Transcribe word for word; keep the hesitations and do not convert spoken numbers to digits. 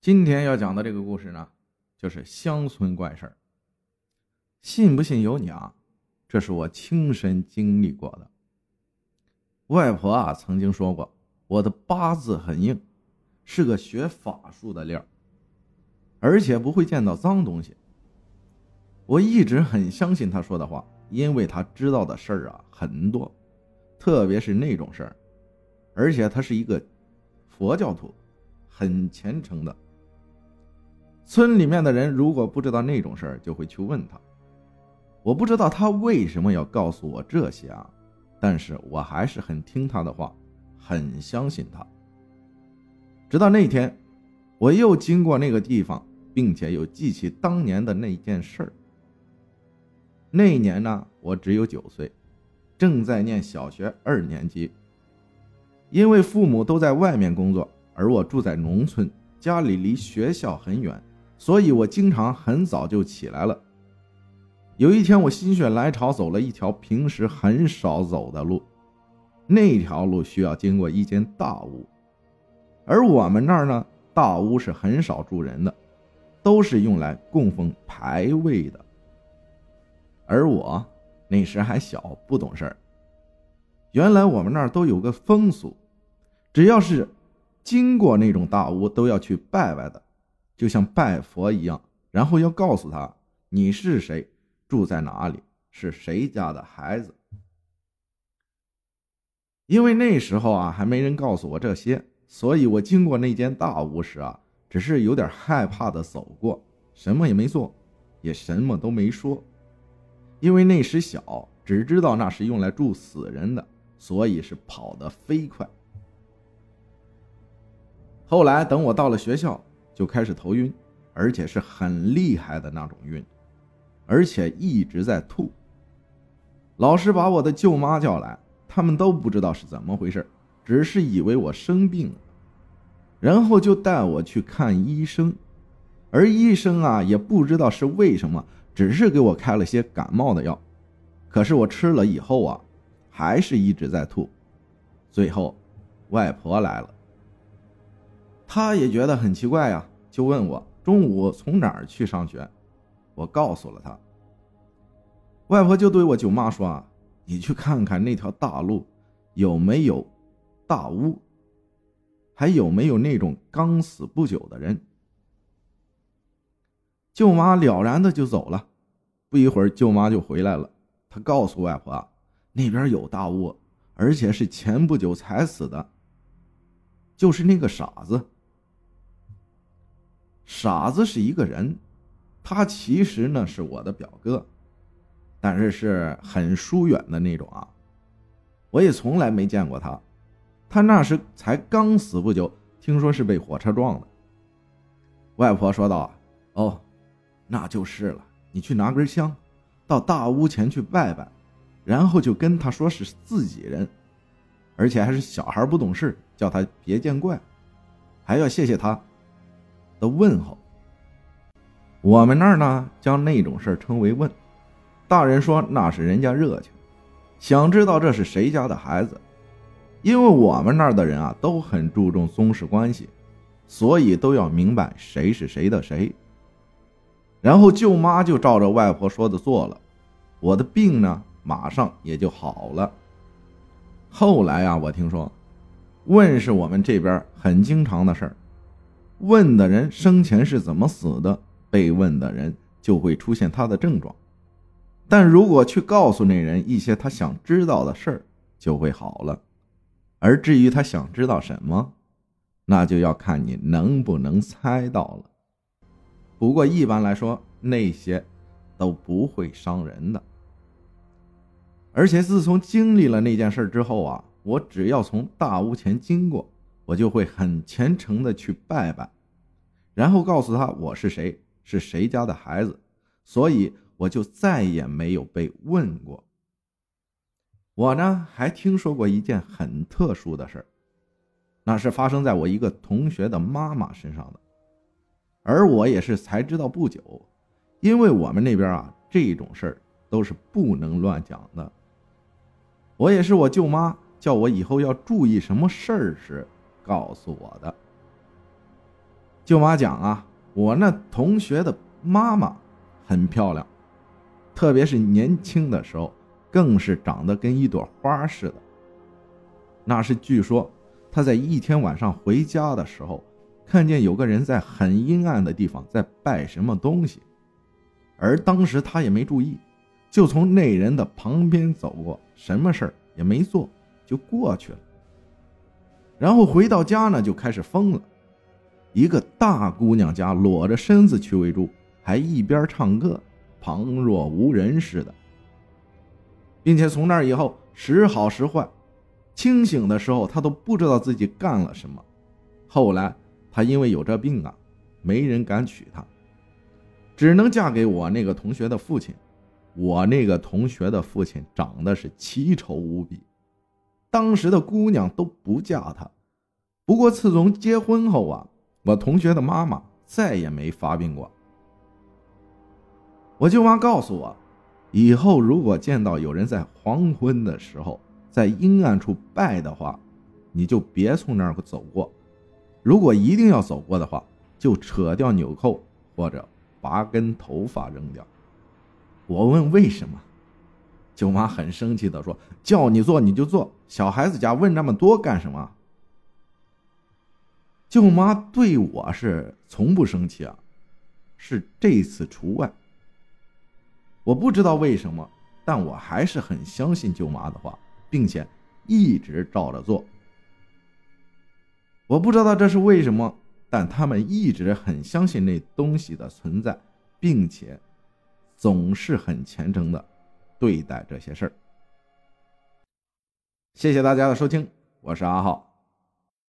今天要讲的这个故事呢，就是乡村怪事儿。信不信由你啊，这是我亲身经历过的。外婆啊曾经说过，我的八字很硬，是个学法术的料，而且不会见到脏东西。我一直很相信她说的话，因为她知道的事儿啊很多，特别是那种事儿，而且她是一个佛教徒，很虔诚的。村里面的人如果不知道那种事儿，就会去问他。我不知道他为什么要告诉我这些啊，但是我还是很听他的话，很相信他。直到那天，我又经过那个地方，并且又记起当年的那件事儿。那一年呢，我只有九岁，正在念小学二年级。因为父母都在外面工作，而我住在农村，家里离学校很远，所以我经常很早就起来了。有一天我心血来潮走了一条平时很少走的路，那条路需要经过一间大屋，而我们那儿呢，大屋是很少住人的，都是用来供奉牌位的。而我那时还小，不懂事儿。原来我们那儿都有个风俗，只要是经过那种大屋都要去拜拜的，就像拜佛一样，然后要告诉他你是谁，住在哪里，是谁家的孩子。因为那时候啊还没人告诉我这些，所以我经过那间大屋时啊，只是有点害怕的走过，什么也没做，也什么都没说。因为那时小，只知道那是用来住死人的，所以是跑得飞快。后来等我到了学校，就开始头晕，而且是很厉害的那种晕，而且一直在吐。老师把我的舅妈叫来，他们都不知道是怎么回事，只是以为我生病了，然后就带我去看医生。而医生啊也不知道是为什么，只是给我开了些感冒的药，可是我吃了以后啊还是一直在吐。最后外婆来了，她也觉得很奇怪呀，就问我中午从哪儿去上学。我告诉了她。外婆就对我舅妈说啊，你去看看那条大路有没有大屋，还有没有那种刚死不久的人。舅妈了然的就走了。不一会儿舅妈就回来了，她告诉外婆啊，那边有大屋，而且是前不久才死的，就是那个傻子。傻子是一个人，他其实呢是我的表哥，但是是很疏远的那种啊，我也从来没见过他。他那时才刚死不久，听说是被火车撞的。外婆说道，哦，那就是了，你去拿根香，到大屋前去拜拜，然后就跟他说是自己人，而且还是小孩不懂事，叫他别见怪，还要谢谢他的问候。我们那儿呢将那种事称为问，大人说那是人家热情，想知道这是谁家的孩子。因为我们那儿的人啊都很注重宗室关系，所以都要明白谁是谁的谁。然后舅妈就照着外婆说的做了，我的病呢马上也就好了。后来啊我听说问是我们这边很经常的事儿，问的人生前是怎么死的，被问的人就会出现他的症状，但如果去告诉那人一些他想知道的事儿，就会好了。而至于他想知道什么，那就要看你能不能猜到了。不过一般来说，那些都不会伤人的。而且自从经历了那件事之后啊，我只要从大屋前经过，我就会很虔诚的去拜拜，然后告诉他我是谁，是谁家的孩子，所以我就再也没有被问过。我呢还听说过一件很特殊的事，那是发生在我一个同学的妈妈身上的，而我也是才知道不久，因为我们那边啊这种事儿都是不能乱讲的。我也是我舅妈叫我以后要注意什么事儿时告诉我的。 舅妈讲啊，我那同学的妈妈很漂亮，特别是年轻的时候更是长得跟一朵花似的。那是据说他在一天晚上回家的时候，看见有个人在很阴暗的地方在拜什么东西，而当时他也没注意，就从那人的旁边走过，什么事儿也没做就过去了。然后回到家呢，就开始疯了，一个大姑娘家裸着身子去喂猪，还一边唱歌，旁若无人似的，并且从那以后时好时坏，清醒的时候他都不知道自己干了什么。后来他因为有这病啊，没人敢娶她，只能嫁给我那个同学的父亲。我那个同学的父亲长得是奇丑无比，当时的姑娘都不嫁他。不过自从结婚后啊，我同学的妈妈再也没发病过。我舅妈告诉我，以后如果见到有人在黄昏的时候在阴暗处拜的话，你就别从那儿走过，如果一定要走过的话，就扯掉纽扣或者拔根头发扔掉。我问为什么，舅妈很生气地说，叫你做你就做，小孩子家问那么多干什么？舅妈对我是从不生气啊，是这次除外。我不知道为什么，但我还是很相信舅妈的话，并且一直照着做。我不知道这是为什么，但他们一直很相信那东西的存在，并且总是很虔诚的对待这些事儿。谢谢大家的收听，我是阿浩。